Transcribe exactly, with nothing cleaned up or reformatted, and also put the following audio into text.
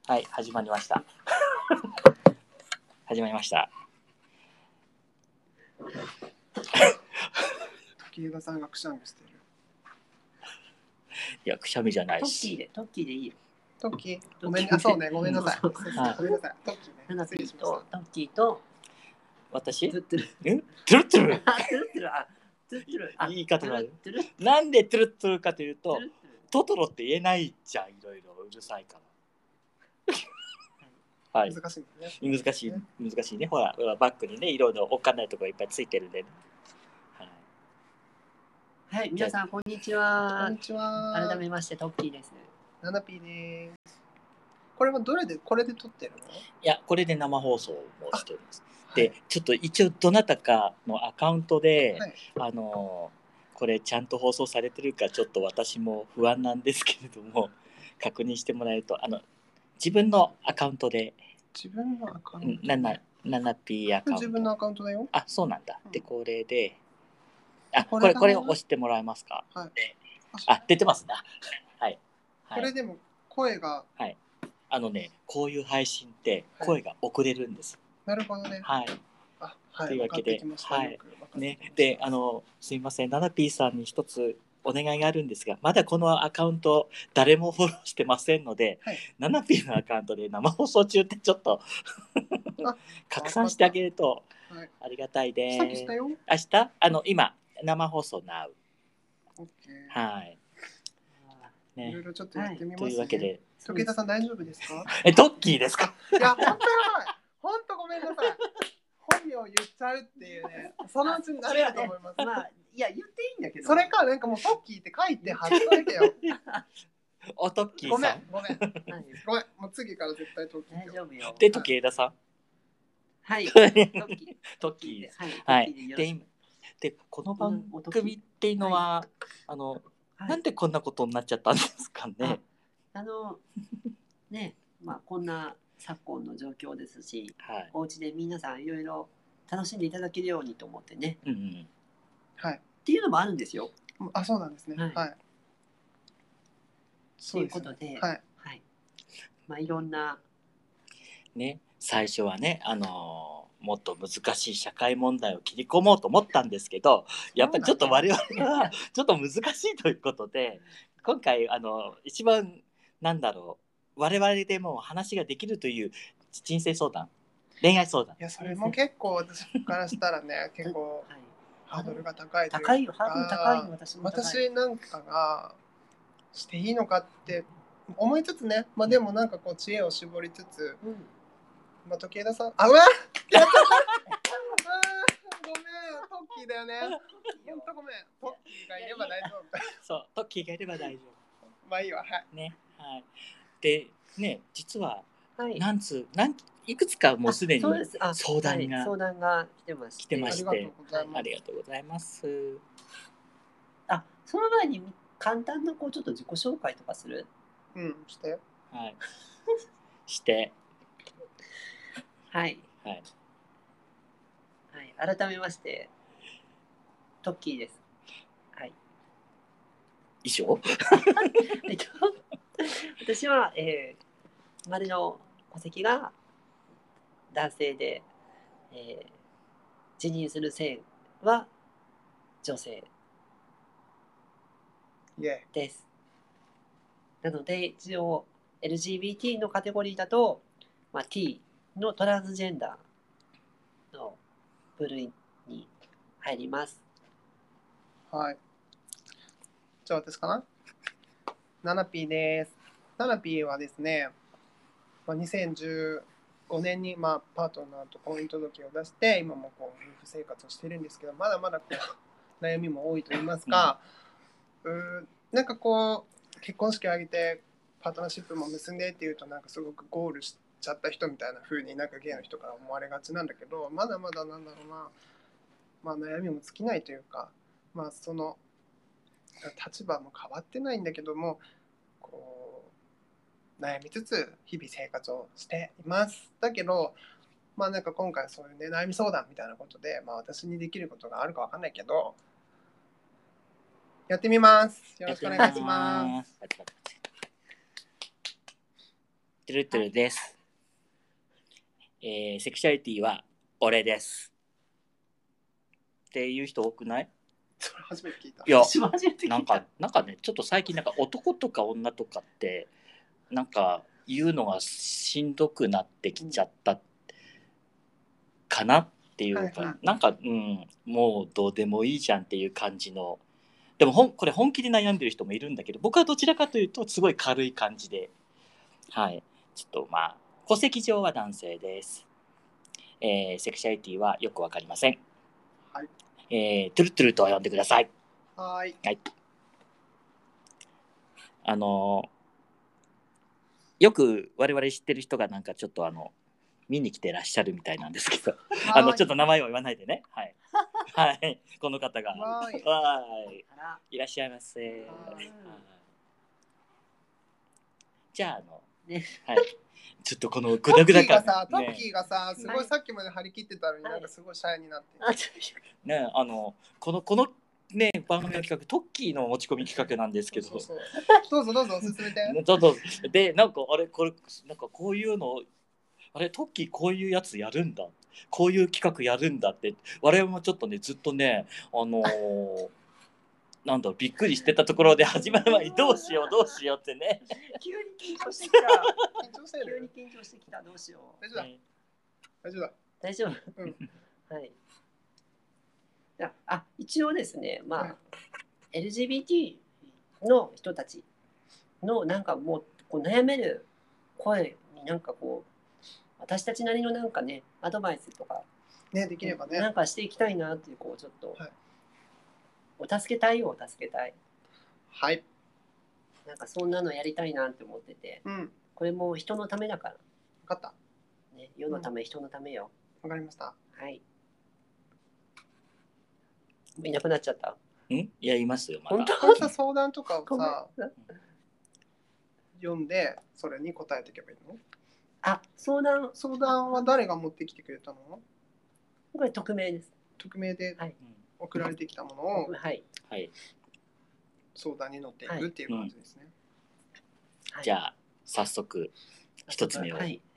はい、始まりました。始まりました。 時枝さんがくしゃみしてる。 いや、くしゃみじゃないし。 トッキーで、トッキーでいいよ。 トッキー、ごめんね、あ、そうね、ごめんなさい。 そうそうそうそうごめんなさい。トッキーね。 ナナピー失礼しましたとトッキーと私トゥットゥル。 んトゥルトゥルあ、トゥルトゥル、あ、トゥルトゥル。あ言い方があるトゥルトゥル。 なんでトゥルトゥルかというとトゥル、トゥル。 トトロって言えないじゃん、いろいろうるさいから。はい。 難しいんだね。 難しい、難しいね。ほら、バックにね、いろいろおっかないところいっぱいついてるんでね。はい。 はい、皆さんこんにちこはんに。ちは。 改めましてトッキーです。 ナナピーです。これはどれで、これで撮ってるの？ いや、これで生放送をしております。 はいで、ちょっと一応どなたかのアカウントで、 はい。 あのこれちゃんと放送されてるかちょっと私も不安なんですけれども確認してもらえると、あの自分のアカウントで自分のアカウント。 なな ナナピー アカウント、 自分のアカウントだよ。 あ、そうなんだ。 うんでこれで、あ、ここれだなれこれを押してもらえますか。 はい。 あ、出てますね。はい。はい。 これでも声が、 はい。あのね、こういう配信って声が遅れるんです。 なるほどね。 はい。 あ、はい。 というわけで分かってきましたはいよく分かってきまねし、たで、あのすいません、ナナピーさんに一つお願いがあるんですが、まだこのアカウント誰もフォローしてませんので、 はい。 ナナピーのアカウントで生放送中ってちょっとあ拡散してあげるとはい。 ありがたいです。 さっきしたよ。 明日あの今生放送 ナウ。 オッケー。 はいいろいね。 ろちょっとやってみますとね。 いうわけで、 時枝さん大丈夫ですか？ えトッキーですか？ いや、本当やばい。本当ごめんなさい。本名言っちゃうっていうね。そのうちになれると思います。 まあ、いや、言っていいんだけど。 それか、なんかもうトッキーって書いて貼っといてよ。 おトッキごめんーさん、 ごめん。 はいごめん。もう次から絶対トッキー大よ。 丈夫よ。 で時枝さん、 はい。トッキー。 トッキーです。 はい。 はいトッキーでよろでしくでこの番組っていうのは、あのはいなんでこんなことになっちゃったんですかね。 あのね、まあこんな昨今の状況ですし、 はい。 お家で皆さんいろいろ楽しんでいただけるようにと思ってね、 うんうん。 はい。 っていうのもあるんですよ。 あ、そうなんですね。 ははいい。 とそですねいううことで、 はい。 はい。まあいろんなね、最初はね、あのーもっと難しい社会問題を切り込もうと思ったんですけど、やっぱりちょっと我々がちょっと難しいということで、今回あの一番なんだろう、我々でも話ができるという人生相談、恋愛相談。 いや、それも結構私からしたらね、結構はい、 ハードルが高いというか。 高いよ、ハードル高いの、私も高い。 私なんかがしていいのかって思いつつね、まあでもなんかこう知恵を絞りつつ、 うん、 まあ時枝さん、あ、うわやったあーごめん、トッキーだよね。ほんとごめん、トッキーがいれば大丈夫。 そう、トッキーがいれば大丈まあいいわ、はい。 夫。ね、はい。で、ね、実ははい。 何通、何いくつかもうすでにそうです。あ相談がはい相談が来てまして、 来てましありがとうございあます。 りがとうございます。 あ、その前に簡単なこうちょっと自己紹介とかする？ うん、して。 はい。して、 はい。 はい。 はい。改めましてトッキーです。はい。 以上？ えっと私は、えー、生まれの戸籍が男性で、えー、自認する性は女性イエです。なので一応 エルジービーティー のカテゴリーだと、まあ、T のトランスジェンダーの部類に入ります。 ーイ。はい。じゃあ私かな。ナナピーです。ナナピーはですね、まあ、にせんじゅうごねんにまあパートナーと婚姻届を出して、今もこう夫婦生活をしているんですけど、まだまだこう悩みも多いと言いますか、うーなんかこう結婚式を挙げてパートナーシップも結んでっていうと、なんかすごくゴールしちゃった人みたいな風になんかゲイの人から思われがちなんだけど、まだまだなんだろうな、まあ、悩みも尽きないというか、まあその立場も変わってないんだけども、こう悩みつつ日々生活をしています。だけど、まあなんか今回そういうね悩み相談みたいなことで、まあ私にできることがあるかわかんないけど、やってみます。よろしくお願いします。 トゥルトゥルです、えー、セクシャリティは俺ですっていう人多くない？ それ初めて聞いた。 いや私も初めて聞いた。 なんかなんかねちょっと最近なんか男とか女とかってなんか言うのがしんどくなってきちゃったかなっていうか、 はいはいなんかうんもうどうでもいいじゃんっていう感じの。でもほんこれ本気で悩んでる人もいるんだけど、僕はどちらかというとすごい軽い感じで、はいちょっとまあ戸籍上は男性です、えー、セクシャリティはよくわかりません。 はい。 えー、トゥルトゥルと呼んでください。 はい。 はい。あのよく我々知ってる人がなんかちょっとあの見に来てらっしゃるみたいなんですけど、あのちょっと名前を言わないでね。はい。はい。この方が。 わーい。 わーい。 あら、 いらっしゃいませ。 ははいい。じゃああのね、 はい。ちょっとこのグトッキダグダ感ーがさ、トッねキーがさ、すごいさっきまで張り切ってたのにはいなんかすごいシャイになって。 あ、ちょっねあのこのこのね番組の企画トッキーの持ち込み企画なんですけど、 そうそうどうぞどうぞ進めて。 ちょっとでなんかあれこれなんかこういうのあれトッキーこういうやつやるんだこういう企画やるんだって我々もちょっとねずっとねあのーなんだろうびっくりしてたところで始まる前にどうしようどうしようってね。 と急に緊張してきた。 緊張して急にる。 緊張してきた。どうしよう。 大丈夫だ。大丈夫だ。 大丈夫。 うん。 はい。あ、あ一応ですね、まあ、 はいエルジービーティー の人たちのなんかもうこう悩める声になんかこう私たちなりのなんかねアドバイスとかね、できればね。 なんかしていきたいなっていうこうちょっと、 はいお助けたいよお助けたいはい。 なんかそんなのやりたいなって思ってて、 うん。わこれも人のためだかかった。 らね、世のため、人のためよ。 わかりました。 はい。もういなくなっちゃった。 んいやいますよまだ。 本当これさ、相談とかをごめんさ、読んで、それに答えていけばいいの？ あ、相談相談は誰が持ってきてくれたの？ これ匿名です。 匿名ではい。 送られてきたものをはい。 はい。 相談に乗っていくっていう感じですね。 はい、 じゃあ早速一つ目をはい。